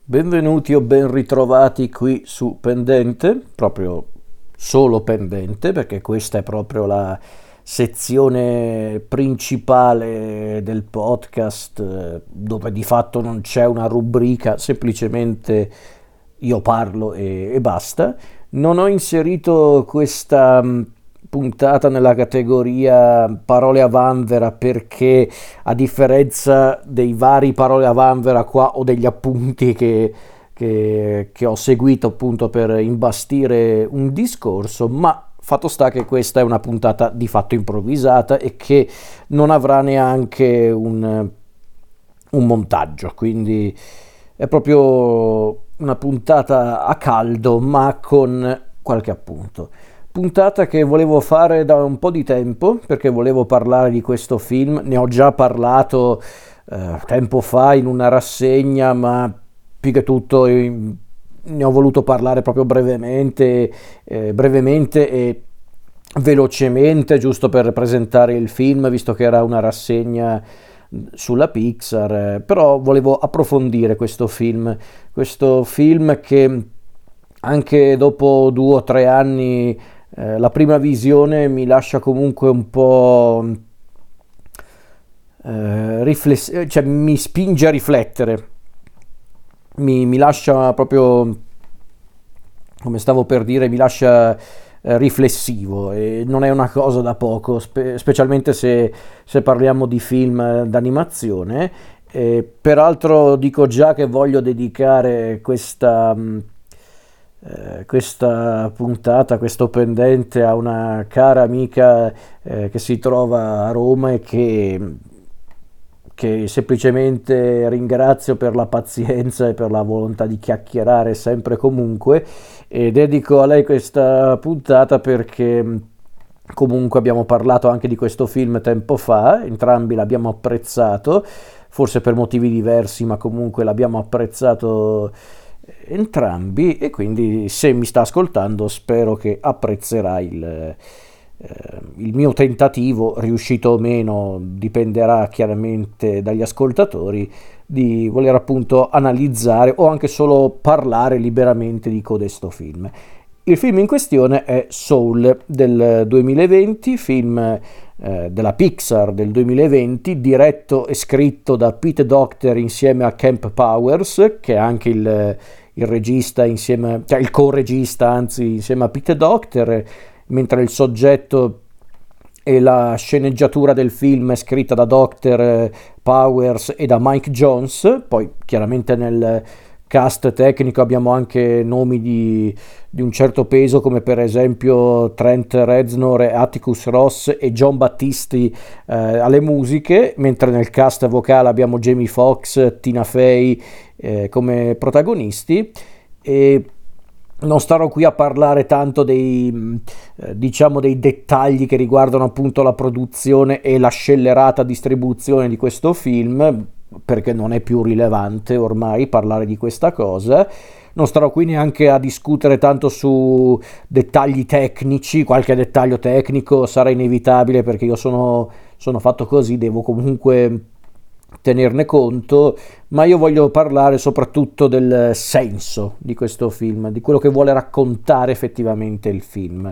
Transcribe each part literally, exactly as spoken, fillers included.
Benvenuti o ben ritrovati qui su Pendente, proprio solo Pendente, perché questa è proprio la sezione principale del podcast, eh, dove di fatto non c'è una rubrica, semplicemente io parlo e, e basta. Non ho inserito questa mh, puntata nella categoria parole a vanvera perché, a differenza dei vari parole a vanvera qua, ho degli appunti che, che, che ho seguito appunto per imbastire un discorso, ma fatto sta che questa è una puntata di fatto improvvisata e che non avrà neanche un, un montaggio, quindi è proprio una puntata a caldo ma con qualche appunto. Puntata che volevo fare da un po' di tempo perché volevo parlare di questo film, ne ho già parlato eh, tempo fa in una rassegna, ma più che tutto eh, ne ho voluto parlare proprio brevemente, eh, brevemente e velocemente, giusto per presentare il film, visto che era una rassegna sulla Pixar, eh, però volevo approfondire questo film, questo film che anche dopo due o tre anni, eh, la prima visione mi lascia comunque un po' eh, rifless- cioè mi spinge a riflettere, mi, mi lascia proprio, come stavo per dire, mi lascia eh, riflessivo e non è una cosa da poco, spe- specialmente se, se parliamo di film eh, d'animazione. E peraltro dico già che voglio dedicare questa, mh, eh, questa puntata, questo pendente a una cara amica eh, che si trova a Roma e che che semplicemente ringrazio per la pazienza e per la volontà di chiacchierare sempre e comunque, e dedico a lei questa puntata perché comunque abbiamo parlato anche di questo film tempo fa, entrambi l'abbiamo apprezzato, forse per motivi diversi, ma comunque l'abbiamo apprezzato entrambi, e quindi se mi sta ascoltando spero che apprezzerà il eh, il mio tentativo, riuscito o meno, dipenderà chiaramente dagli ascoltatori, di voler appunto analizzare o anche solo parlare liberamente di codesto film. Il film in questione è Soul del duemilaventi, film eh, della Pixar del duemilaventi, diretto e scritto da Pete Docter insieme a Kemp Powers, che è anche il, il regista insieme, cioè il co-regista anzi, insieme a Pete Docter, mentre il soggetto e la sceneggiatura del film è scritta da doctor Powers e da Mike Jones. Poi chiaramente nel cast tecnico abbiamo anche nomi di, di un certo peso, come per esempio Trent Reznor, Atticus Ross e John Battisti eh, alle musiche, mentre nel cast vocale abbiamo Jamie Foxx, Tina Fey eh, come protagonisti. E non starò qui a parlare tanto dei, eh, diciamo, dei dettagli che riguardano appunto la produzione e la scellerata distribuzione di questo film, perché non è più rilevante ormai parlare di questa cosa. Non starò qui neanche a discutere tanto su dettagli tecnici, qualche dettaglio tecnico sarà inevitabile perché io sono, sono fatto così, devo comunque tenerne conto, ma io voglio parlare soprattutto del senso di questo film, di quello che vuole raccontare effettivamente il film.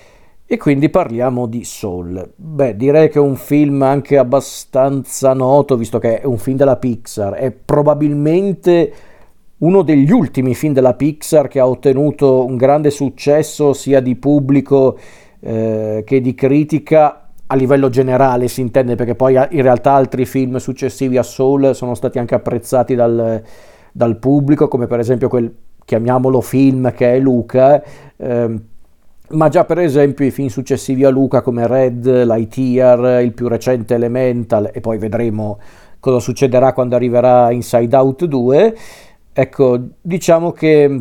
E quindi parliamo di Soul. Beh, direi che è un film anche abbastanza noto, visto che è un film della Pixar, è probabilmente uno degli ultimi film della Pixar che ha ottenuto un grande successo sia di pubblico eh, che di critica, a livello generale si intende, perché poi in realtà altri film successivi a Soul sono stati anche apprezzati dal, dal pubblico, come per esempio quel, chiamiamolo film, che è Luca, ehm, ma già per esempio i film successivi a Luca come Red, Lightyear, il più recente Elemental, e poi vedremo cosa succederà quando arriverà Inside Out due. Ecco, diciamo che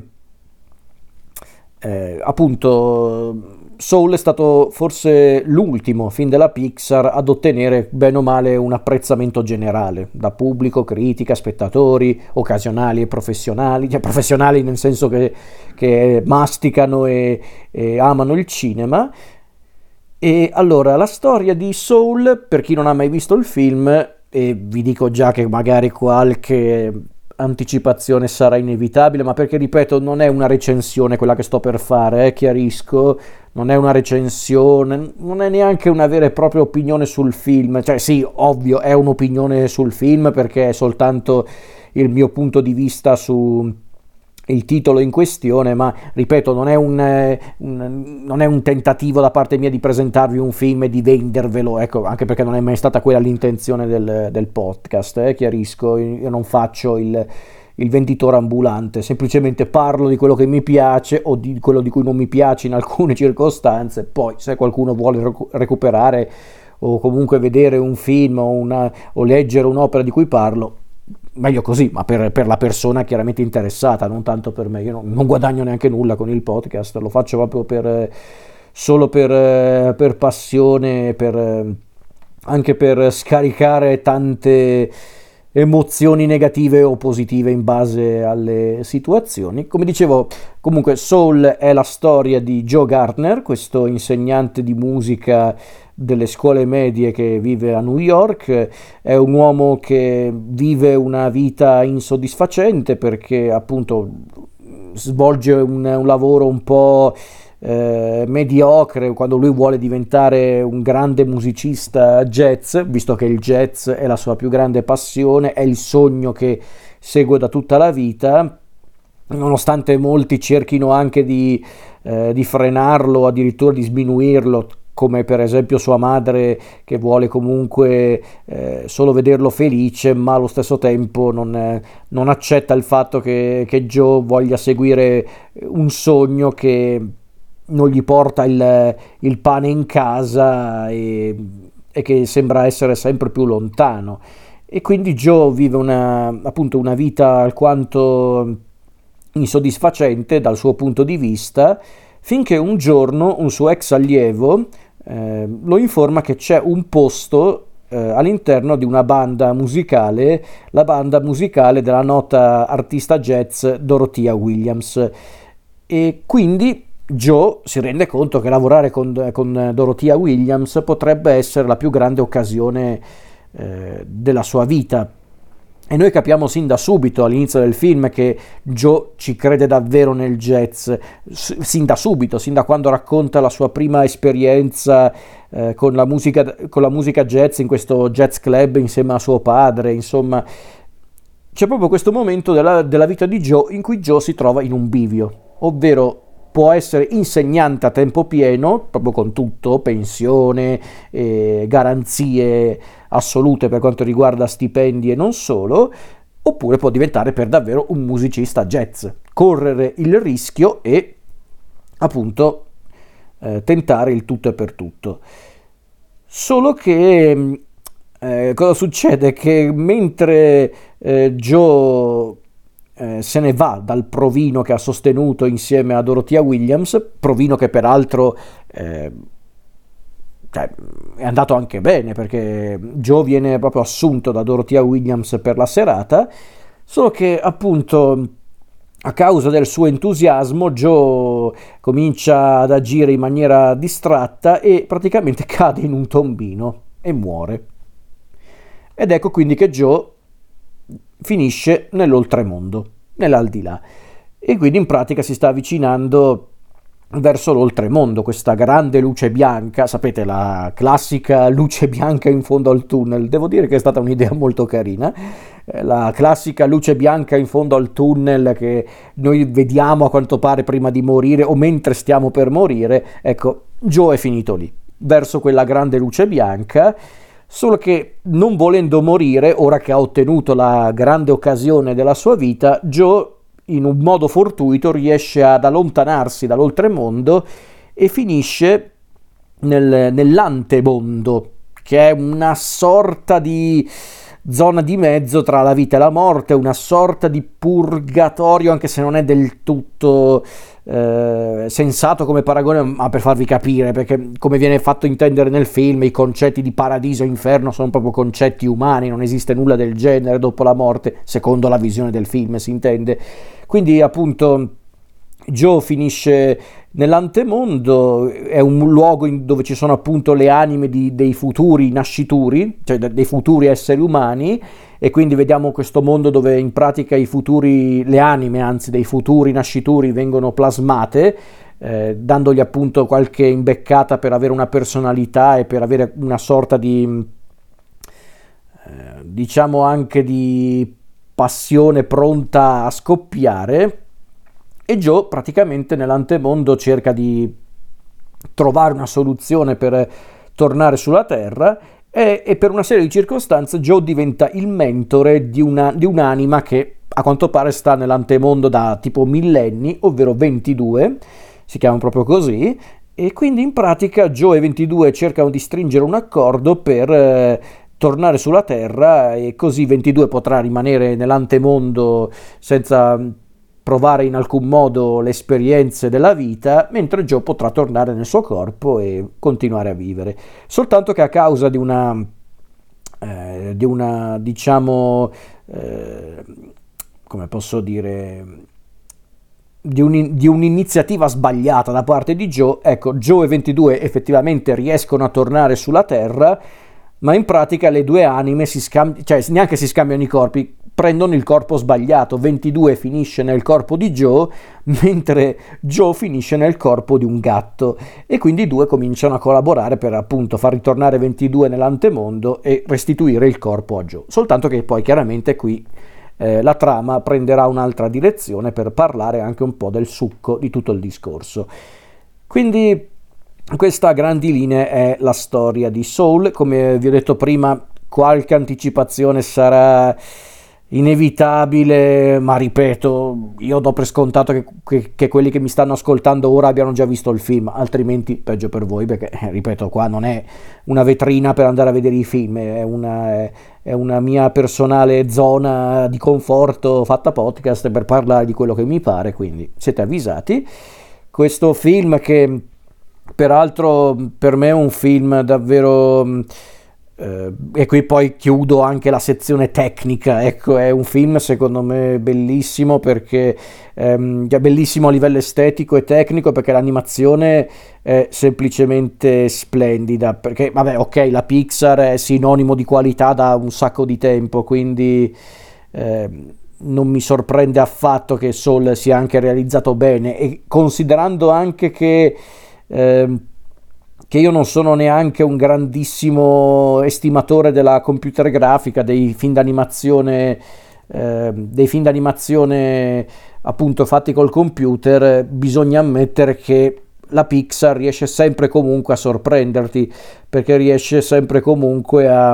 eh, appunto Soul è stato forse l'ultimo film della Pixar ad ottenere bene o male un apprezzamento generale da pubblico, critica, spettatori, occasionali e professionali, cioè professionali nel senso che, che masticano e, e amano il cinema. E allora, la storia di Soul, per chi non ha mai visto il film, e vi dico già che magari qualche anticipazione sarà inevitabile, ma perché, ripeto, non è una recensione quella che sto per fare, eh, chiarisco, non è una recensione, non è neanche una vera e propria opinione sul film, cioè sì, ovvio, è un'opinione sul film perché è soltanto il mio punto di vista su il titolo in questione, ma ripeto, non è un, eh, un, non è un tentativo da parte mia di presentarvi un film e di vendervelo, ecco, anche perché non è mai stata quella l'intenzione del, del podcast, eh, chiarisco, io non faccio il, il venditore ambulante, semplicemente parlo di quello che mi piace o di quello di cui non mi piace in alcune circostanze, poi se qualcuno vuole recu- recuperare o comunque vedere un film o, una, o leggere un'opera di cui parlo, meglio così, ma per, per la persona chiaramente interessata, non tanto per me. Io non, non guadagno neanche nulla con il podcast, lo faccio proprio per, solo per, per passione, per, anche per scaricare tante emozioni negative o positive in base alle situazioni. Come dicevo, comunque Soul è la storia di Joe Gardner, questo insegnante di musica delle scuole medie che vive a New York. È un uomo che vive una vita insoddisfacente perché appunto svolge un, un lavoro un po' eh, mediocre quando lui vuole diventare un grande musicista jazz, visto che il jazz è la sua più grande passione, è il sogno che segue da tutta la vita, nonostante molti cerchino anche di, eh, di frenarlo, addirittura di sminuirlo, come per esempio sua madre che vuole comunque eh, solo vederlo felice, ma allo stesso tempo non, eh, non accetta il fatto che, che Joe voglia seguire un sogno che non gli porta il, il pane in casa e, e che sembra essere sempre più lontano. E quindi Joe vive una, appunto una vita alquanto insoddisfacente dal suo punto di vista, finché un giorno un suo ex allievo eh, lo informa che c'è un posto eh, all'interno di una banda musicale, la banda musicale della nota artista jazz Dorothea Williams. E quindi Joe si rende conto che lavorare con, con Dorothea Williams potrebbe essere la più grande occasione eh, della sua vita. E noi capiamo sin da subito all'inizio del film che Joe ci crede davvero nel jazz, sin da subito, sin da quando racconta la sua prima esperienza eh, con la musica, con la musica jazz in questo jazz club insieme a suo padre. Insomma, c'è proprio questo momento della, della vita di Joe in cui Joe si trova in un bivio, ovvero può essere insegnante a tempo pieno, proprio con tutto, pensione, eh, garanzie assolute per quanto riguarda stipendi e non solo, oppure può diventare per davvero un musicista jazz, correre il rischio e appunto eh, tentare il tutto e per tutto. Solo che eh, cosa succede? Che mentre eh, Joe Eh, se ne va dal provino che ha sostenuto insieme a Dorothea Williams, provino che peraltro eh, cioè, è andato anche bene perché Joe viene proprio assunto da Dorothea Williams per la serata, solo che appunto a causa del suo entusiasmo Joe comincia ad agire in maniera distratta e praticamente cade in un tombino e muore. Ed ecco quindi che Joe finisce nell'oltremondo, nell'aldilà, e quindi in pratica si sta avvicinando verso l'oltremondo, questa grande luce bianca, sapete, la classica luce bianca in fondo al tunnel. Devo dire che è stata un'idea molto carina, la classica luce bianca in fondo al tunnel che noi vediamo a quanto pare prima di morire o mentre stiamo per morire. Ecco, Joe è finito lì, verso quella grande luce bianca. Solo che non volendo morire, ora che ha ottenuto la grande occasione della sua vita, Joe in un modo fortuito riesce ad allontanarsi dall'oltremondo e finisce nel, nell'antemondo, che è una sorta di zona di mezzo tra la vita e la morte, una sorta di purgatorio, anche se non è del tutto eh, sensato come paragone, ma per farvi capire, perché come viene fatto intendere nel film, i concetti di paradiso e inferno sono proprio concetti umani, non esiste nulla del genere dopo la morte, secondo la visione del film si intende. Quindi appunto Joe finisce nell'antemondo, è un luogo in- dove ci sono appunto le anime di- dei futuri nascituri, cioè de- dei futuri esseri umani, e quindi vediamo questo mondo dove in pratica i futuri, le anime anzi dei futuri nascituri vengono plasmate, eh, dandogli appunto qualche imbeccata per avere una personalità e per avere una sorta di, eh, diciamo anche di passione pronta a scoppiare. E Joe praticamente nell'antemondo cerca di trovare una soluzione per tornare sulla Terra e, e per una serie di circostanze Joe diventa il mentore di, una, di un'anima che a quanto pare sta nell'antemondo da tipo millenni, ovvero ventidue, si chiama proprio così, e quindi in pratica Joe e ventidue cercano di stringere un accordo per eh, tornare sulla Terra, e così ventidue potrà rimanere nell'antemondo senza provare in alcun modo le esperienze della vita, mentre Joe potrà tornare nel suo corpo e continuare a vivere. Soltanto che a causa di una, eh, di una diciamo, eh, come posso dire, di, un, di un'iniziativa sbagliata da parte di Joe, ecco, Joe e ventidue effettivamente riescono a tornare sulla Terra, ma in pratica le due anime si scambiano, cioè neanche si scambiano i corpi, prendono il corpo sbagliato. ventidue finisce nel corpo di Joe, mentre Joe finisce nel corpo di un gatto, e quindi i due cominciano a collaborare per appunto far ritornare ventidue nell'antemondo e restituire il corpo a Joe. Soltanto che poi chiaramente qui eh, la trama prenderà un'altra direzione per parlare anche un po' del succo di tutto il discorso. Quindi questa a grandi linee è la storia di Soul. Come vi ho detto prima, qualche anticipazione sarà inevitabile, ma ripeto, io do per scontato che, che, che quelli che mi stanno ascoltando ora abbiano già visto il film, altrimenti peggio per voi, perché eh, ripeto, qua non è una vetrina per andare a vedere i film, è una, è, è una mia personale zona di conforto fatta podcast per parlare di quello che mi pare, quindi siete avvisati. Questo film, che peraltro per me è un film davvero... Uh, e qui poi chiudo anche la sezione tecnica. Ecco, è un film secondo me bellissimo, perché um, è bellissimo a livello estetico e tecnico, perché l'animazione è semplicemente splendida, perché vabbè, ok, la Pixar è sinonimo di qualità da un sacco di tempo, quindi eh, non mi sorprende affatto che Soul sia anche realizzato bene, e considerando anche che eh, che io non sono neanche un grandissimo estimatore della computer grafica, dei film d'animazione, eh, dei film d'animazione appunto fatti col computer, bisogna ammettere che la Pixar riesce sempre comunque a sorprenderti, perché riesce sempre comunque a,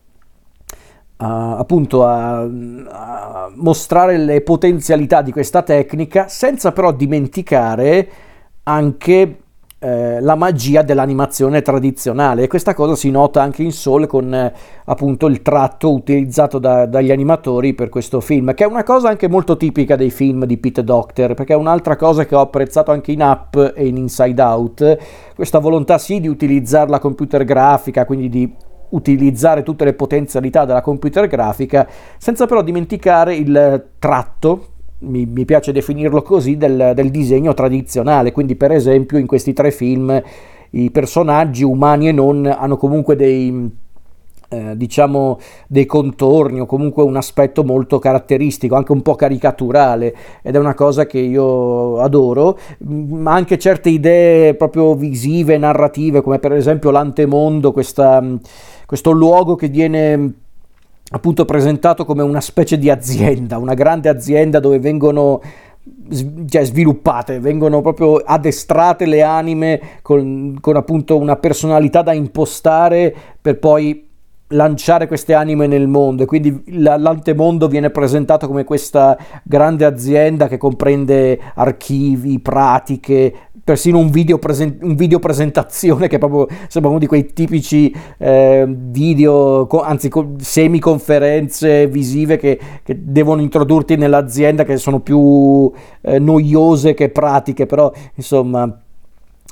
a appunto a, a mostrare le potenzialità di questa tecnica, senza però dimenticare anche Eh, la magia dell'animazione tradizionale, e questa cosa si nota anche in Soul con eh, appunto il tratto utilizzato da, dagli animatori per questo film, che è una cosa anche molto tipica dei film di Pete Docter, perché è un'altra cosa che ho apprezzato anche in Up e in Inside Out, questa volontà sì di utilizzare la computer grafica, quindi di utilizzare tutte le potenzialità della computer grafica, senza però dimenticare il tratto, Mi, mi piace definirlo così, del, del disegno tradizionale. Quindi per esempio in questi tre film i personaggi, umani e non, hanno comunque dei eh, diciamo dei contorni, o comunque un aspetto molto caratteristico, anche un po' caricaturale, ed è una cosa che io adoro. Ma anche certe idee proprio visive, narrative, come per esempio l'antemondo, questa, questo luogo che viene appunto presentato come una specie di azienda, una grande azienda dove vengono cioè, sviluppate, vengono proprio addestrate le anime con, con appunto una personalità da impostare per poi lanciare queste anime nel mondo. E quindi l'antemondo viene presentato come questa grande azienda che comprende archivi, pratiche, persino un video, presen- un video presentazione che proprio sembra uno di quei tipici eh, video, co- anzi co- semi-conferenze visive che, che devono introdurti nell'azienda, che sono più eh, noiose che pratiche, però insomma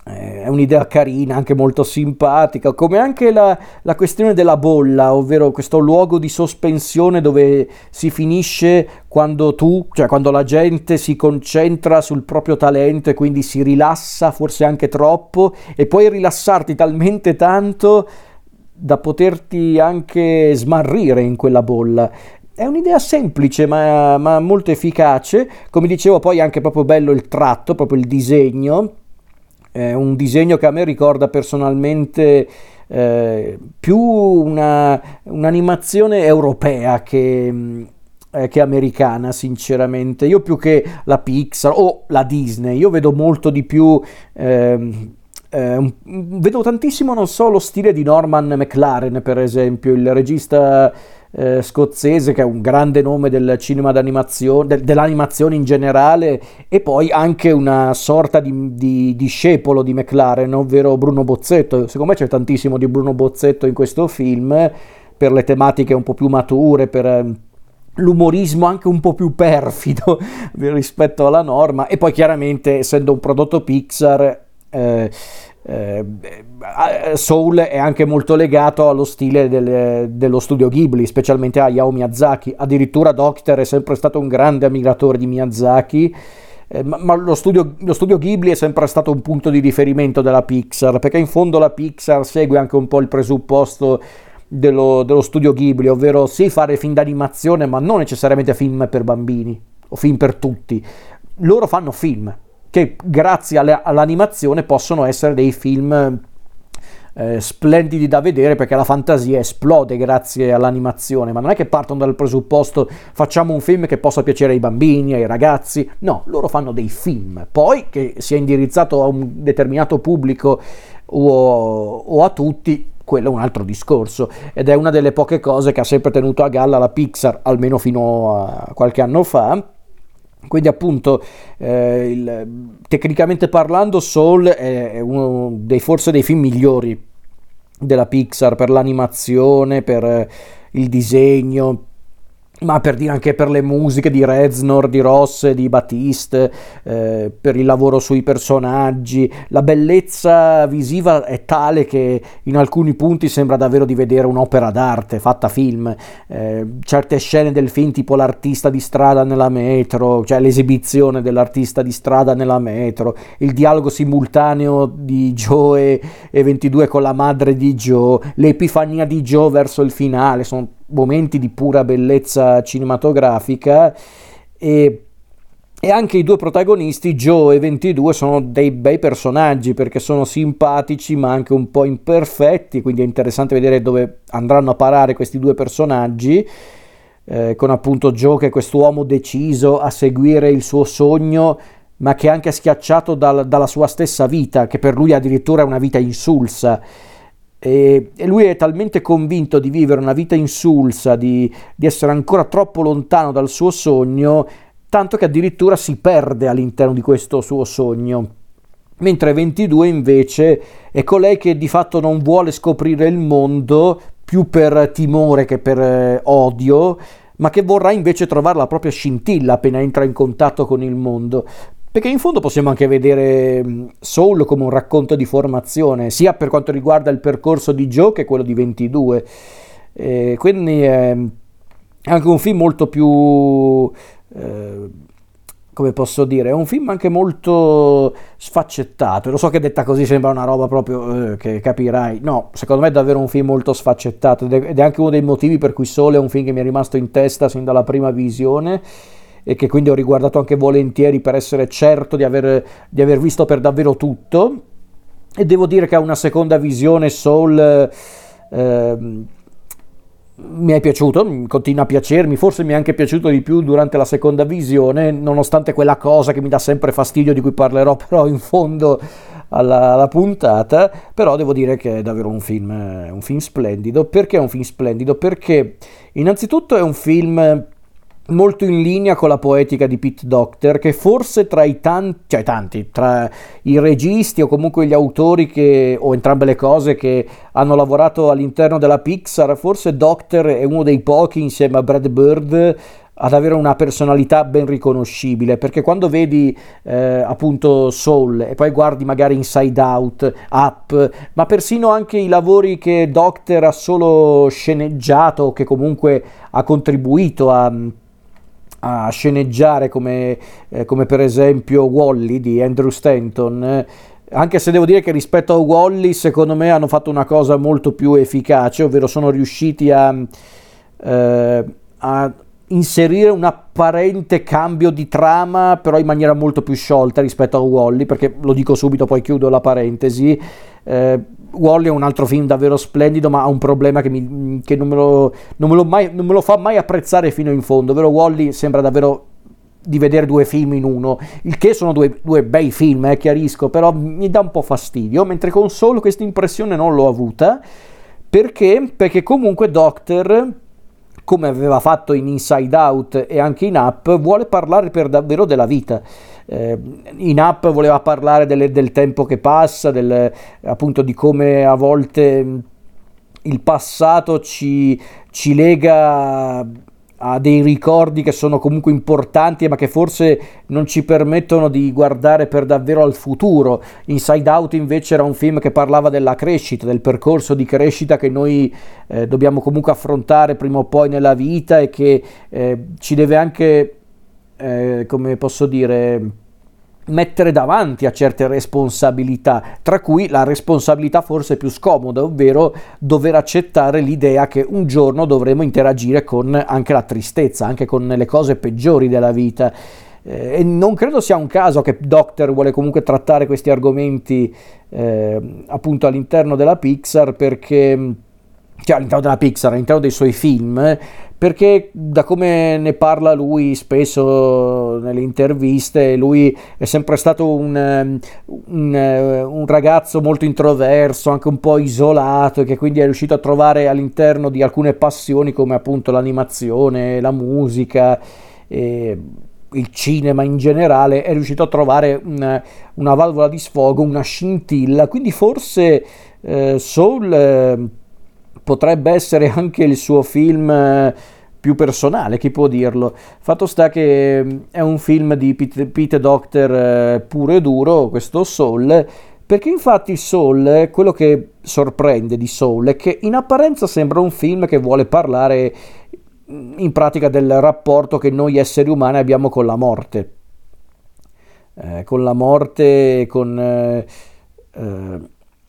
Eh, È un'idea carina, anche molto simpatica, come anche la, la questione della bolla, ovvero questo luogo di sospensione dove si finisce quando tu, cioè quando la gente si concentra sul proprio talento e quindi si rilassa, forse anche troppo, e puoi rilassarti talmente tanto da poterti anche smarrire in quella bolla. È un'idea semplice ma, ma molto efficace, come dicevo poi è anche proprio bello il tratto, proprio il disegno. È un disegno che a me ricorda personalmente eh, più una, un'animazione europea che, eh, che americana, sinceramente. Io più che la Pixar o la Disney, io vedo molto di più... ehm, eh, un- vedo tantissimo, non so, lo stile di Norman McLaren, per esempio, il regista eh, scozzese che è un grande nome del cinema d'animazione, del- dell'animazione in generale, e poi anche una sorta di, di discepolo di McLaren, ovvero Bruno Bozzetto. Secondo me c'è tantissimo di Bruno Bozzetto in questo film, per le tematiche un po' più mature, per eh, l'umorismo anche un po' più perfido rispetto alla norma, e poi chiaramente essendo un prodotto Pixar, eh, eh, Soul è anche molto legato allo stile del- dello studio Ghibli, specialmente a Hayao Miyazaki. Addirittura Docter è sempre stato un grande ammiratore di Miyazaki, eh, ma, ma lo studio, lo studio Ghibli è sempre stato un punto di riferimento della Pixar, perché in fondo la Pixar segue anche un po' il presupposto dello, dello studio Ghibli, ovvero sì fare film d'animazione, ma non necessariamente film per bambini o film per tutti. Loro fanno film che grazie alle- all'animazione possono essere dei film eh, splendidi da vedere, perché la fantasia esplode grazie all'animazione, ma non è che partono dal presupposto facciamo un film che possa piacere ai bambini, ai ragazzi. No, loro fanno dei film, poi che sia indirizzato a un determinato pubblico o, o a tutti, quello è un altro discorso, ed è una delle poche cose che ha sempre tenuto a galla la Pixar, almeno fino a qualche anno fa. Quindi appunto eh, il- tecnicamente parlando Soul è è uno dei forse dei film migliori della Pixar, per l'animazione, per eh, il disegno, ma per dire anche per le musiche di Reznor, di Ross, di Batiste, eh, per il lavoro sui personaggi. La bellezza visiva è tale che in alcuni punti sembra davvero di vedere un'opera d'arte fatta film. Eh, certe scene del film, tipo l'artista di strada nella metro, cioè l'esibizione dell'artista di strada nella metro, il dialogo simultaneo di Joe e, e ventidue con la madre di Joe, l'epifania di Joe verso il finale, sono momenti di pura bellezza cinematografica. e, e anche i due protagonisti, Joe e ventidue, sono dei bei personaggi, perché sono simpatici ma anche un po' imperfetti, quindi è interessante vedere dove andranno a parare questi due personaggi, eh, con appunto Joe che è quest'uomo deciso a seguire il suo sogno, ma che è anche schiacciato dal- dalla sua stessa vita, che per lui addirittura è una vita insulsa. E, e lui è talmente convinto di vivere una vita insulsa, di, di essere ancora troppo lontano dal suo sogno, tanto che addirittura si perde all'interno di questo suo sogno. Mentre ventidue invece è colei che di fatto non vuole scoprire il mondo più per timore che per eh, odio, ma che vorrà invece trovare la propria scintilla appena entra in contatto con il mondo. Perché in fondo possiamo anche vedere mh, Soul come un racconto di formazione, sia per quanto riguarda il percorso di Joe che quello di ventidue. E quindi è anche un film molto più, eh, come posso dire, è un film anche molto sfaccettato. Lo so che detta così sembra una roba proprio eh, che capirai. No, secondo me è davvero un film molto sfaccettato, ed è ed è anche uno dei motivi per cui Soul è un film che mi è rimasto in testa sin dalla prima visione, e che quindi ho riguardato anche volentieri per essere certo di aver, di aver visto per davvero tutto. E devo dire che a una seconda visione Soul eh, ehm, mi è piaciuto, continua a piacermi, forse mi è anche piaciuto di più durante la seconda visione, nonostante quella cosa che mi dà sempre fastidio, di cui parlerò però in fondo alla, alla puntata. Però devo dire che è davvero un film, eh, un film splendido. Perché è un film splendido? Perché innanzitutto è un film molto in linea con la poetica di Pete Docter, che forse tra i tanti, cioè tanti, tra i registi o comunque gli autori che, o entrambe le cose, che hanno lavorato all'interno della Pixar, forse Docter è uno dei pochi, insieme a Brad Bird, ad avere una personalità ben riconoscibile, perché quando vedi eh, appunto Soul e poi guardi magari Inside Out, Up, ma persino anche i lavori che Docter ha solo sceneggiato, che comunque ha contribuito a, a sceneggiare, come, eh, come per esempio Wall-E di Andrew Stanton, eh, anche se devo dire che rispetto a Wall-E secondo me hanno fatto una cosa molto più efficace, ovvero sono riusciti a, eh, a inserire un apparente cambio di trama, però in maniera molto più sciolta rispetto a Wall-E, perché lo dico subito, poi chiudo la parentesi. eh, Wall-E è un altro film davvero splendido, ma ha un problema che, mi, che non, me lo, non, me lo mai, non me lo fa mai apprezzare fino in fondo, ovvero Wall-E sembra davvero di vedere due film in uno, il che sono due, due bei film, eh, chiarisco, però mi dà un po' fastidio, mentre con Soul questa impressione non l'ho avuta. Perché? Perché comunque Docter, come aveva fatto in Inside Out e anche in Up, vuole parlare per davvero della vita. Eh, in Up voleva parlare delle, del tempo che passa, del, appunto di come a volte il passato ci, ci lega a dei ricordi che sono comunque importanti, ma che forse non ci permettono di guardare per davvero al futuro. Inside Out invece era un film che parlava della crescita, del percorso di crescita che noi eh, dobbiamo comunque affrontare prima o poi nella vita, e che eh, ci deve anche, eh, come posso dire, mettere davanti a certe responsabilità, tra cui la responsabilità forse più scomoda, ovvero dover accettare l'idea che un giorno dovremo interagire con anche la tristezza, anche con le cose peggiori della vita. Eh, e non credo sia un caso che Docter vuole comunque trattare questi argomenti eh, appunto all'interno della Pixar, perché cioè all'interno della Pixar, all'interno dei suoi film, perché da come ne parla lui spesso nelle interviste, lui è sempre stato un, un, un ragazzo molto introverso, anche un po' isolato, e che quindi è riuscito a trovare all'interno di alcune passioni come appunto l'animazione, la musica, e il cinema in generale, è riuscito a trovare una, una valvola di sfogo, una scintilla. Quindi forse eh, Soul eh, potrebbe essere anche il suo film eh, più personale, chi può dirlo. Fatto sta che eh, è un film di Pete, Pete Docter eh, puro e duro, questo Soul, perché infatti Soul, quello che sorprende di Soul è che in apparenza sembra un film che vuole parlare in pratica del rapporto che noi esseri umani abbiamo con la morte, eh, con la morte, con... Eh, eh,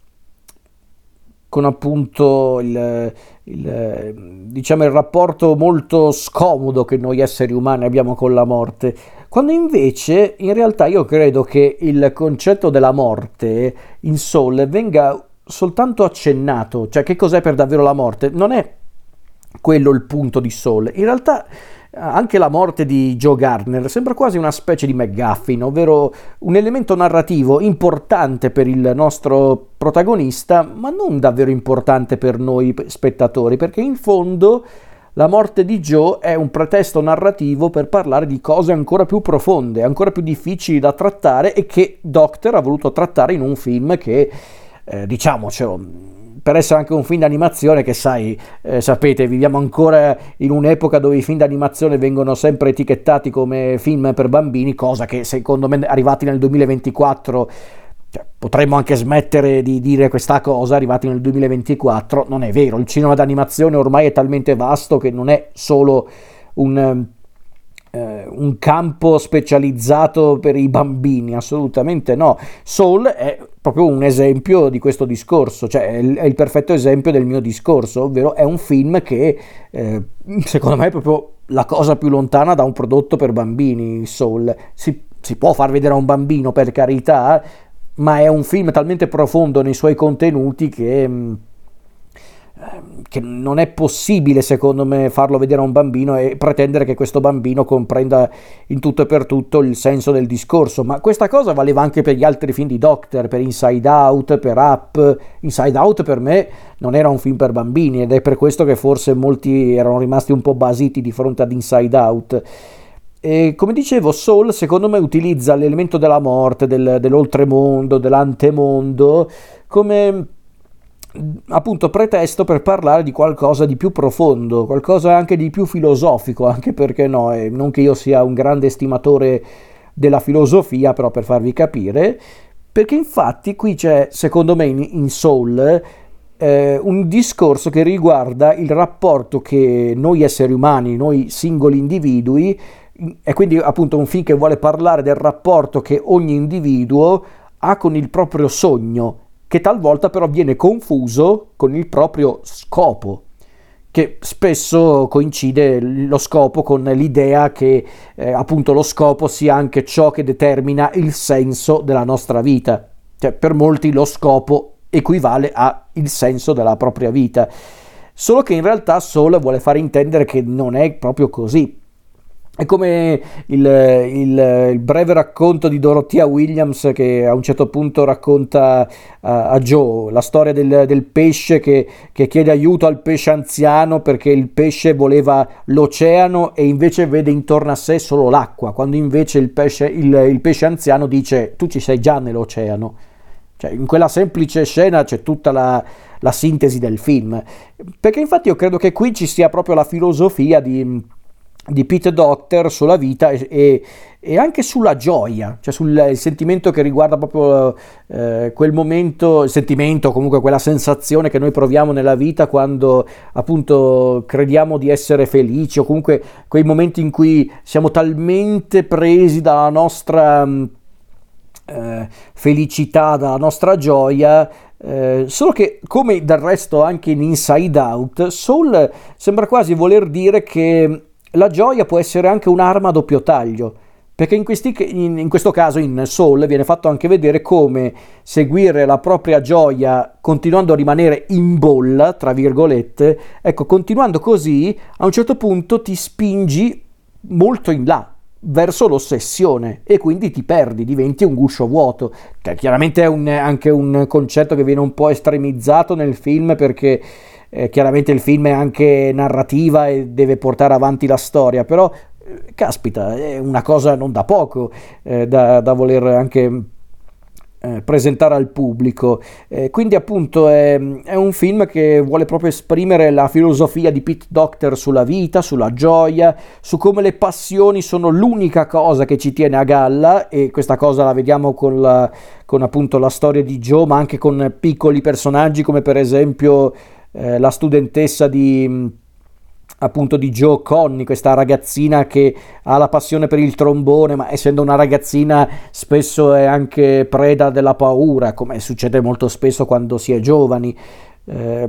con appunto il, il, diciamo il rapporto molto scomodo che noi esseri umani abbiamo con la morte, quando invece in realtà io credo che il concetto della morte in Soul venga soltanto accennato. Cioè, che cos'è per davvero la morte? Non è quello il punto di Soul. In realtà anche la morte di Joe Gardner sembra quasi una specie di MacGuffin, ovvero un elemento narrativo importante per il nostro protagonista, ma non davvero importante per noi spettatori, perché in fondo la morte di Joe è un pretesto narrativo per parlare di cose ancora più profonde, ancora più difficili da trattare, e che Docter ha voluto trattare in un film che, eh, diciamocelo, per essere anche un film d'animazione, che sai, eh, sapete, viviamo ancora in un'epoca dove i film d'animazione vengono sempre etichettati come film per bambini, cosa che secondo me, arrivati nel duemilaventiquattro, cioè, potremmo anche smettere di dire questa cosa, arrivati nel duemilaventiquattro, non è vero. Il cinema d'animazione ormai è talmente vasto che non è solo un... un campo specializzato per i bambini, assolutamente no. Soul è proprio un esempio di questo discorso, cioè è il, è il perfetto esempio del mio discorso, ovvero è un film che eh, secondo me è proprio la cosa più lontana da un prodotto per bambini. Soul si, si può far vedere a un bambino, per carità, ma è un film talmente profondo nei suoi contenuti che che non è possibile, secondo me, farlo vedere a un bambino e pretendere che questo bambino comprenda in tutto e per tutto il senso del discorso. Ma questa cosa valeva anche per gli altri film di Docter, per Inside Out, per Up. Inside Out per me non era un film per bambini, ed è per questo che forse molti erano rimasti un po' basiti di fronte ad Inside Out. E come dicevo, Soul secondo me utilizza l'elemento della morte, del, dell'oltremondo, dell'antemondo, come appunto pretesto per parlare di qualcosa di più profondo, qualcosa anche di più filosofico, anche perché no, eh, non che io sia un grande estimatore della filosofia, però per farvi capire, perché infatti qui c'è, secondo me, in, in Soul eh, un discorso che riguarda il rapporto che noi esseri umani, noi singoli individui, e quindi appunto un film che vuole parlare del rapporto che ogni individuo ha con il proprio sogno, che talvolta però viene confuso con il proprio scopo, che spesso coincide lo scopo con l'idea che eh, appunto lo scopo sia anche ciò che determina il senso della nostra vita. Cioè, per molti lo scopo equivale al senso della propria vita, solo che in realtà Soul vuole fare intendere che non è proprio così. È come il, il, il breve racconto di Dorothea Williams, che a un certo punto racconta a, a Joe la storia del, del pesce che, che chiede aiuto al pesce anziano perché il pesce voleva l'oceano e invece vede intorno a sé solo l'acqua, quando invece il pesce, il, il pesce anziano dice: tu ci sei già nell'oceano. Cioè, in quella semplice scena c'è tutta la, la sintesi del film, perché infatti io credo che qui ci sia proprio la filosofia di di Pete Docter sulla vita e, e, e anche sulla gioia, cioè sul sentimento che riguarda proprio eh, quel momento, il sentimento, comunque quella sensazione che noi proviamo nella vita quando appunto crediamo di essere felici, o comunque quei momenti in cui siamo talmente presi dalla nostra eh, felicità, dalla nostra gioia. Eh, solo che, come del resto anche in Inside Out, Soul sembra quasi voler dire che la gioia può essere anche un'arma a doppio taglio, perché in, questi, in, in questo caso in Soul viene fatto anche vedere come seguire la propria gioia continuando a rimanere in bolla, tra virgolette, ecco, continuando così a un certo punto ti spingi molto in là, verso l'ossessione, e quindi ti perdi, diventi un guscio vuoto, che chiaramente è un, anche un concetto che viene un po' estremizzato nel film, perché Eh, chiaramente il film è anche narrativa e deve portare avanti la storia, però eh, caspita, è una cosa non da poco eh, da, da voler anche eh, presentare al pubblico. Eh, quindi appunto è, è un film che vuole proprio esprimere la filosofia di Pete Docter sulla vita, sulla gioia, su come le passioni sono l'unica cosa che ci tiene a galla, e questa cosa la vediamo con, la, con appunto la storia di Joe, ma anche con piccoli personaggi come per esempio Eh, la studentessa di appunto di Joe, Connie, questa ragazzina che ha la passione per il trombone, ma essendo una ragazzina spesso è anche preda della paura, come succede molto spesso quando si è giovani, eh,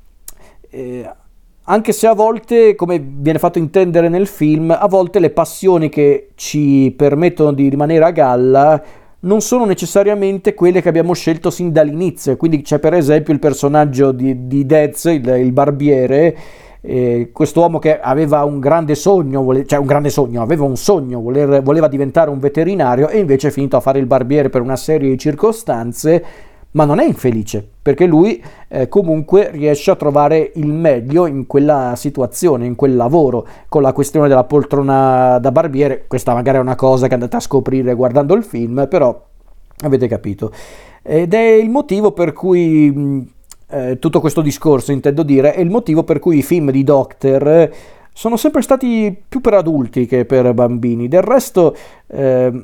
eh, anche se a volte, come viene fatto intendere nel film, a volte le passioni che ci permettono di rimanere a galla non sono necessariamente quelle che abbiamo scelto sin dall'inizio. Quindi c'è per esempio il personaggio di, di Dez, il, il barbiere, eh, quest'uomo che aveva un grande sogno, vole, cioè un grande sogno, aveva un sogno, voler, voleva diventare un veterinario, e invece è finito a fare il barbiere per una serie di circostanze, ma non è infelice, perché lui eh, comunque riesce a trovare il meglio in quella situazione, in quel lavoro. Con la questione della poltrona da barbiere, questa magari è una cosa che andate a scoprire guardando il film, però avete capito. Ed è il motivo per cui eh, tutto questo discorso, intendo dire, è il motivo per cui i film di Docter sono sempre stati più per adulti che per bambini. Del resto eh,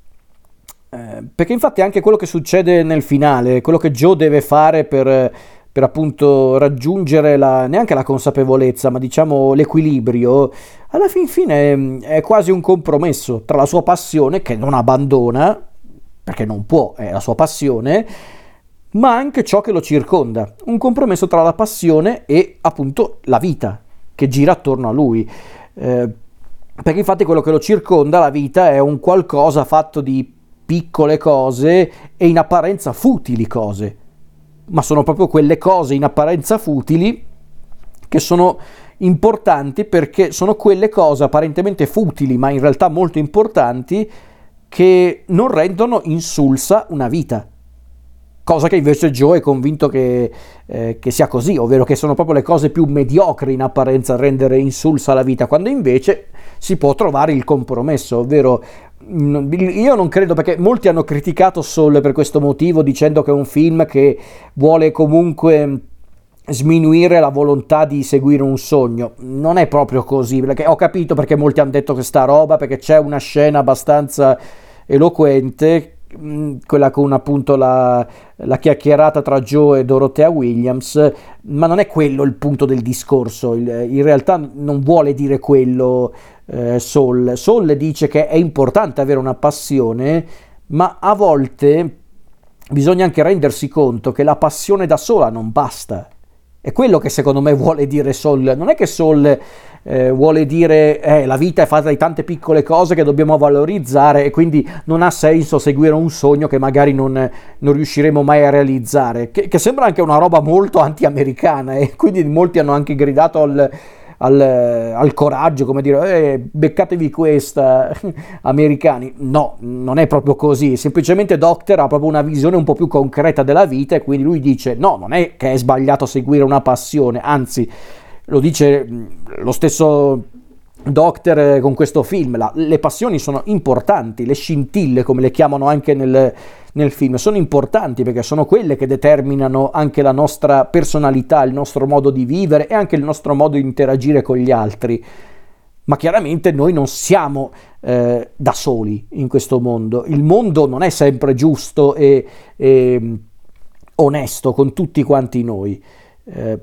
Eh, perché infatti anche quello che succede nel finale, quello che Joe deve fare per, per appunto raggiungere la, neanche la consapevolezza, ma diciamo l'equilibrio, alla fin fine è, è quasi un compromesso tra la sua passione, che non abbandona, perché non può, è la sua passione, ma anche ciò che lo circonda. Un compromesso tra la passione e appunto la vita che gira attorno a lui. Eh, perché infatti quello che lo circonda, la vita, è un qualcosa fatto di piccole cose e in apparenza futili cose, ma sono proprio quelle cose in apparenza futili che sono importanti, perché sono quelle cose apparentemente futili ma in realtà molto importanti che non rendono insulsa una vita. cosa che invece Joe è convinto che, eh, che sia così, ovvero che sono proprio le cose più mediocri in apparenza a rendere insulsa la vita, quando invece si può trovare il compromesso, ovvero io non credo, perché molti hanno criticato Soul per questo motivo, dicendo che è un film che vuole comunque sminuire la volontà di seguire un sogno. Non è proprio così, perché ho capito perché molti hanno detto questa roba, perché c'è una scena abbastanza eloquente, quella con appunto la, la chiacchierata tra Joe e Dorothea Williams, ma non è quello il punto del discorso. Il, in realtà non vuole dire quello eh, Soul. Soul dice che è importante avere una passione, ma a volte bisogna anche rendersi conto che la passione da sola non basta. È quello che secondo me vuole dire Soul. Non è che Soul eh, vuole dire eh, la vita è fatta di tante piccole cose che dobbiamo valorizzare e quindi non ha senso seguire un sogno che magari non, non riusciremo mai a realizzare, che, che sembra anche una roba molto anti-americana, e quindi molti hanno anche gridato al, al, al coraggio, come dire eh, beccatevi questa americani. No, non è proprio così, semplicemente Docter ha proprio una visione un po' più concreta della vita, e quindi lui dice no, non è che è sbagliato seguire una passione, anzi lo dice lo stesso Docter con questo film, la, le passioni sono importanti, le scintille come le chiamano anche nel, nel film, sono importanti perché sono quelle che determinano anche la nostra personalità, il nostro modo di vivere e anche il nostro modo di interagire con gli altri. Ma chiaramente noi non siamo eh, da soli in questo mondo, il mondo non è sempre giusto e, e onesto con tutti quanti noi, eh,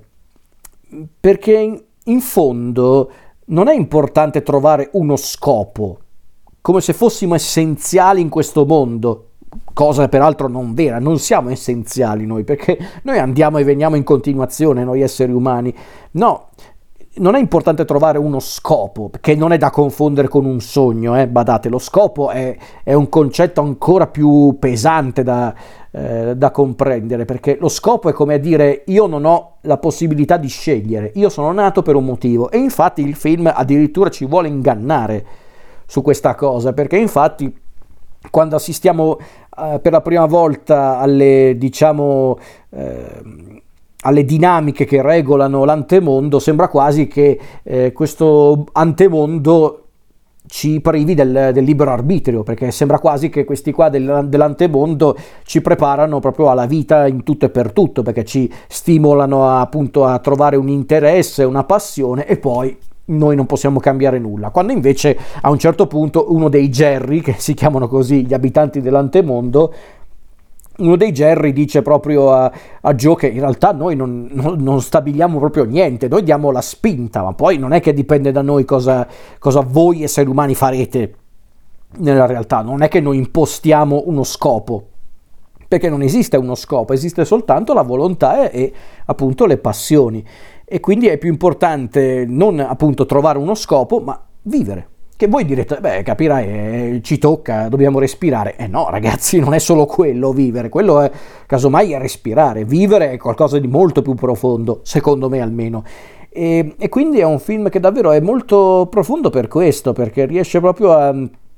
perché in, in fondo non è importante trovare uno scopo, come se fossimo essenziali in questo mondo, cosa peraltro non vera. Non siamo essenziali noi, perché noi andiamo e veniamo in continuazione, noi esseri umani. No, non è importante trovare uno scopo, che non è da confondere con un sogno, eh? Badate, lo scopo è, è un concetto ancora più pesante da, eh, da comprendere, perché lo scopo è come a dire io non ho la possibilità di scegliere, io sono nato per un motivo, e infatti il film addirittura ci vuole ingannare su questa cosa, perché infatti quando assistiamo eh, per la prima volta alle, diciamo, eh, alle dinamiche che regolano l'antemondo, sembra quasi che eh, questo antemondo ci privi del, del libero arbitrio, perché sembra quasi che questi qua del, dell'antemondo ci preparano proprio alla vita in tutto e per tutto, perché ci stimolano a, appunto a trovare un interesse, una passione, e poi noi non possiamo cambiare nulla, quando invece a un certo punto uno dei Jerry, che si chiamano così gli abitanti dell'antemondo, uno dei Jerry dice proprio a, a Joe che in realtà noi non, non, non stabiliamo proprio niente, noi diamo la spinta, ma poi non è che dipende da noi cosa, cosa voi esseri umani farete nella realtà, non è che noi impostiamo uno scopo, perché non esiste uno scopo, esiste soltanto la volontà e, e appunto le passioni, e quindi è più importante non appunto trovare uno scopo, ma vivere. Che voi direte, beh, capirai, eh, ci tocca, dobbiamo respirare. Eh no, ragazzi, non è solo quello vivere, quello è, casomai, è respirare. Vivere è qualcosa di molto più profondo, secondo me almeno. E, e quindi è un film che davvero è molto profondo per questo, perché riesce proprio a,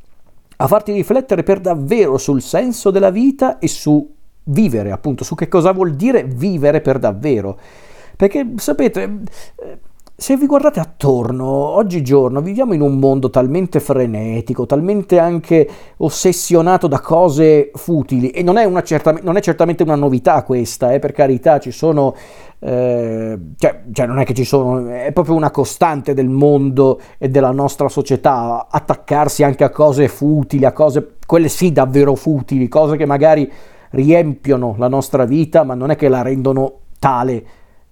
a farti riflettere per davvero sul senso della vita e su vivere, appunto, su che cosa vuol dire vivere per davvero. Perché, sapete, se vi guardate attorno, oggigiorno viviamo in un mondo talmente frenetico, talmente anche ossessionato da cose futili, e non è, una certa, non è certamente una novità questa, eh, per carità, ci sono, eh, cioè, cioè non è che ci sono, è proprio una costante del mondo e della nostra società, attaccarsi anche a cose futili, a cose, quelle sì davvero futili, cose che magari riempiono la nostra vita, ma non è che la rendono tale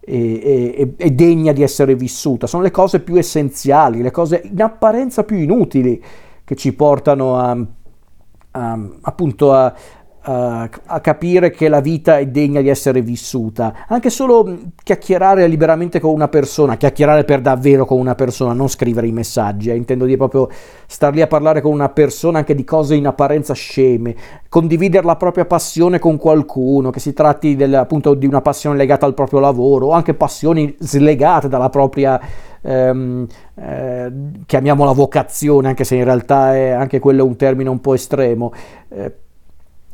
E, e, e degna di essere vissuta. Sono le cose più essenziali, le cose in apparenza più inutili che ci portano a, a appunto a, a, a capire che la vita è degna di essere vissuta. Anche solo chiacchierare liberamente con una persona, chiacchierare per davvero con una persona, non scrivere i messaggi, eh, intendo dire proprio star lì a parlare con una persona anche di cose in apparenza sceme, condividere la propria passione con qualcuno, che si tratti del, appunto di una passione legata al proprio lavoro o anche passioni slegate dalla propria ehm, eh, chiamiamola vocazione, anche se in realtà è anche quello un termine un po' estremo. Eh,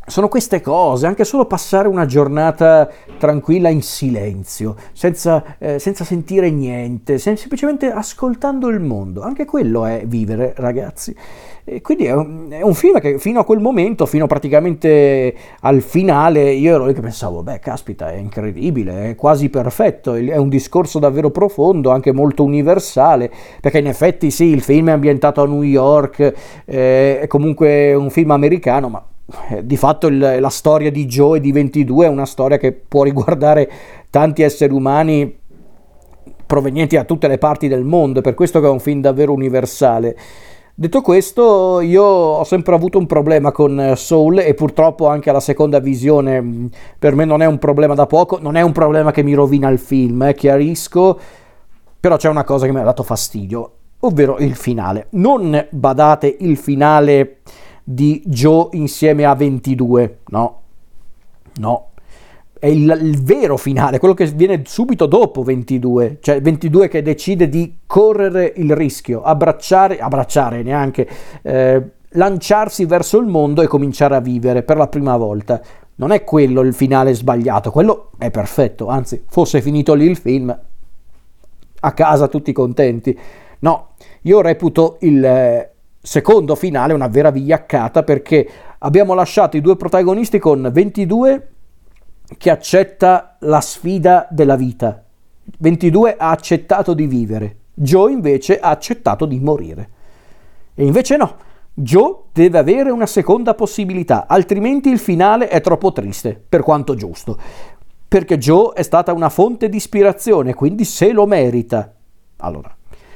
sono queste cose, anche solo passare una giornata tranquilla in silenzio, senza, eh, senza sentire niente, sem- semplicemente ascoltando il mondo. Anche quello è vivere, ragazzi. E quindi è un, è un film che fino a quel momento, fino praticamente al finale, io ero lì che pensavo, beh, caspita, è incredibile, è quasi perfetto, è un discorso davvero profondo, anche molto universale, perché in effetti sì, il film è ambientato a New York, eh, è comunque un film americano, ma di fatto il, la storia di Joe e di ventidue è una storia che può riguardare tanti esseri umani provenienti da tutte le parti del mondo, per questo che è un film davvero universale. Detto questo, io ho sempre avuto un problema con Soul e purtroppo anche alla seconda visione per me non è un problema da poco, non è un problema che mi rovina il film, eh, chiarisco, però c'è una cosa che mi ha dato fastidio, ovvero il finale. Non badate il finale di Joe insieme a ventidue, no, no, è il, il vero finale, quello che viene subito dopo ventidue, cioè ventidue che decide di correre il rischio, abbracciare, abbracciare neanche, eh, lanciarsi verso il mondo e cominciare a vivere per la prima volta. Non è quello il finale sbagliato, quello è perfetto, anzi, fosse finito lì il film, a casa tutti contenti. No, io reputo il eh, secondo finale una vera vigliaccata, perché abbiamo lasciato i due protagonisti con ventidue che accetta la sfida della vita. ventidue ha accettato di vivere, Joe invece ha accettato di morire. E invece no, Joe deve avere una seconda possibilità, altrimenti il finale è troppo triste, per quanto giusto. Perché Joe è stata una fonte di ispirazione, quindi se lo merita. Allora,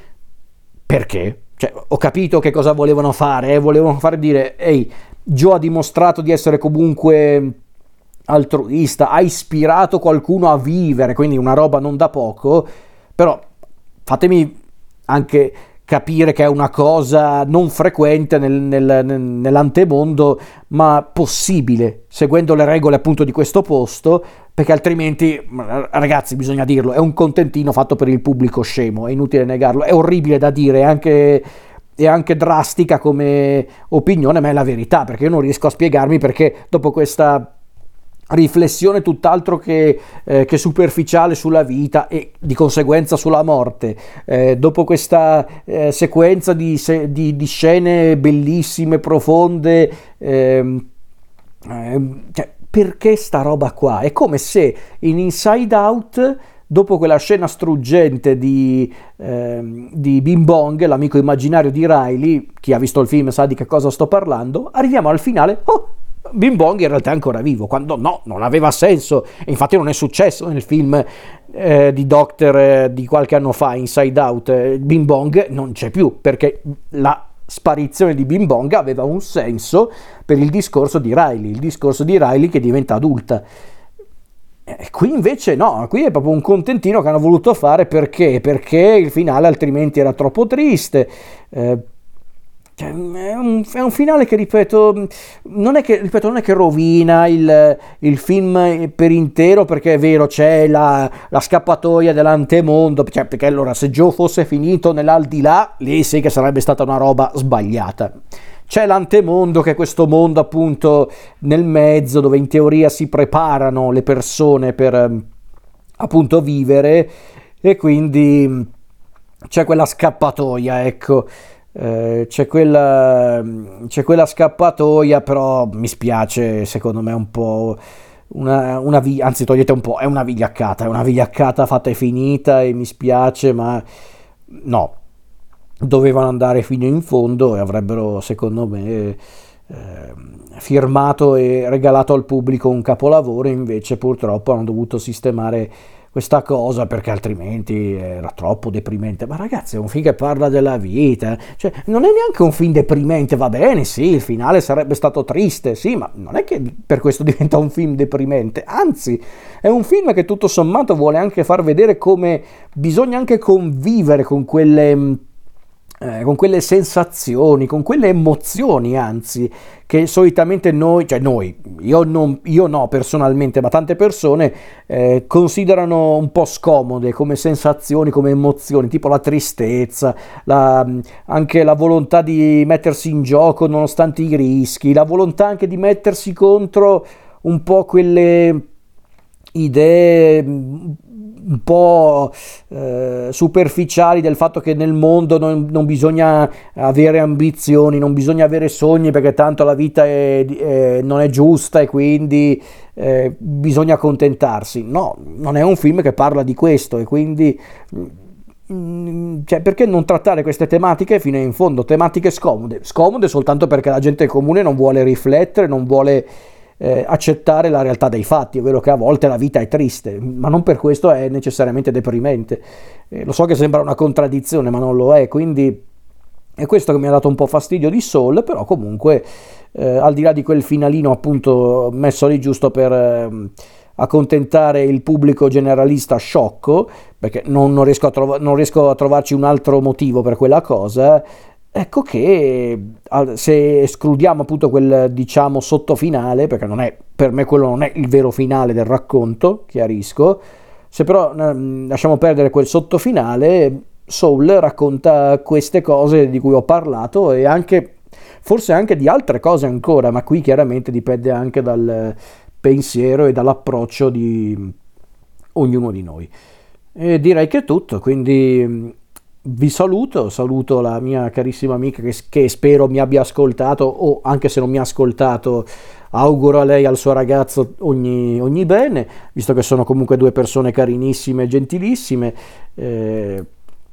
perché? Cioè, ho capito che cosa volevano fare, eh? Volevano fare dire, ehi, Joe ha dimostrato di essere comunque altruista, ha ispirato qualcuno a vivere, quindi una roba non da poco, però fatemi anche capire che è una cosa non frequente nel, nel, nell'antemondo, ma possibile, seguendo le regole appunto di questo posto, perché altrimenti, ragazzi, bisogna dirlo, è un contentino fatto per il pubblico scemo, è inutile negarlo, è orribile da dire, è anche, è anche drastica come opinione, ma è la verità, perché io non riesco a spiegarmi perché dopo questa riflessione tutt'altro che, eh, che superficiale sulla vita e di conseguenza sulla morte, eh, dopo questa eh, sequenza di, se, di, di scene bellissime, profonde, ehm, ehm, cioè, perché sta roba qua? È come se in Inside Out, dopo quella scena struggente di, ehm, di Bing Bong, l'amico immaginario di Riley, chi ha visto il film sa di che cosa sto parlando, arriviamo al finale, oh, Bing Bong in realtà è ancora vivo, quando no, non aveva senso, e infatti non è successo nel film eh, di Doctor eh, di qualche anno fa, Inside Out, eh, Bing Bong non c'è più, perché la sparizione di Bing Bong aveva un senso per il discorso di Riley, il discorso di Riley che diventa adulta. E qui invece no, qui è proprio un contentino che hanno voluto fare, perché? Perché il finale altrimenti era troppo triste. Eh, È un, è un finale che, ripeto, non è che, ripeto, non è che rovina il, il film per intero, perché è vero, c'è la, la scappatoia dell'antemondo, cioè, perché allora se Joe fosse finito nell'aldilà, lì sì che sarebbe stata una roba sbagliata. C'è l'antemondo, che è questo mondo appunto nel mezzo, dove in teoria si preparano le persone per appunto vivere, e quindi c'è quella scappatoia, ecco. Eh, c'è quella c'è quella scappatoia, però mi spiace, secondo me è un po' una, una vi- anzi togliete un po', è una vigliaccata, è una vigliaccata fatta e finita, e mi spiace, ma no, dovevano andare fino in fondo e avrebbero, secondo me, eh, firmato e regalato al pubblico un capolavoro. Invece purtroppo hanno dovuto sistemare questa cosa, perché altrimenti era troppo deprimente. Ma ragazzi, è un film che parla della vita, cioè non è neanche un film deprimente, va bene, sì, il finale sarebbe stato triste, sì, ma non è che per questo diventa un film deprimente, anzi è un film che tutto sommato vuole anche far vedere come bisogna anche convivere con quelle eh, con quelle sensazioni, con quelle emozioni, anzi, che solitamente noi, cioè noi, io, non, io no personalmente, ma tante persone eh, considerano un po' scomode come sensazioni, come emozioni, tipo la tristezza, la, anche la volontà di mettersi in gioco nonostante i rischi, la volontà anche di mettersi contro un po' quelle idee un po' eh, superficiali del fatto che nel mondo non, non bisogna avere ambizioni, non bisogna avere sogni perché tanto la vita è, è, non è giusta e quindi eh, bisogna accontentarsi. No, non è un film che parla di questo e quindi mm, cioè, perché non trattare queste tematiche fino in fondo? Tematiche scomode, scomode soltanto perché la gente comune non vuole riflettere, non vuole Eh, accettare la realtà dei fatti, ovvero che a volte la vita è triste, ma non per questo è necessariamente deprimente. Eh, lo so che sembra una contraddizione, ma non lo è, quindi è questo che mi ha dato un po' fastidio di Soul, però comunque eh, al di là di quel finalino appunto messo lì giusto per eh, accontentare il pubblico generalista sciocco, perché non, non, riesco a trova- non riesco a trovarci un altro motivo per quella cosa. Ecco che se escludiamo appunto quel diciamo sottofinale, perché non è, per me quello non è il vero finale del racconto, chiarisco, se però eh, lasciamo perdere quel sottofinale, Soul racconta queste cose di cui ho parlato e anche, forse anche di altre cose ancora, ma qui chiaramente dipende anche dal pensiero e dall'approccio di ognuno di noi. E direi che è tutto, quindi vi saluto, saluto la mia carissima amica che, che spero mi abbia ascoltato o anche se non mi ha ascoltato auguro a lei e al suo ragazzo ogni, ogni bene, visto che sono comunque due persone carinissime e gentilissime eh,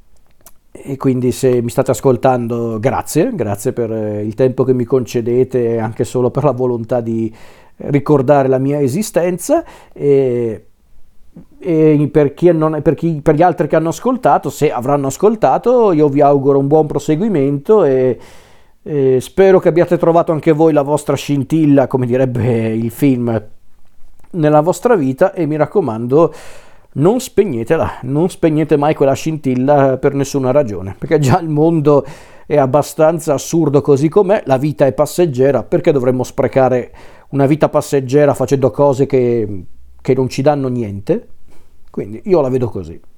e quindi se mi state ascoltando grazie, grazie per il tempo che mi concedete anche solo per la volontà di ricordare la mia esistenza e e per, chi non, per, chi, per gli altri che hanno ascoltato, se avranno ascoltato, io vi auguro un buon proseguimento e, e spero che abbiate trovato anche voi la vostra scintilla, come direbbe il film, nella vostra vita e mi raccomando non spegnetela, non spegnete mai quella scintilla per nessuna ragione, perché già il mondo è abbastanza assurdo così com'è, la vita è passeggera, perché dovremmo sprecare una vita passeggera facendo cose che che non ci danno niente, quindi io la vedo così.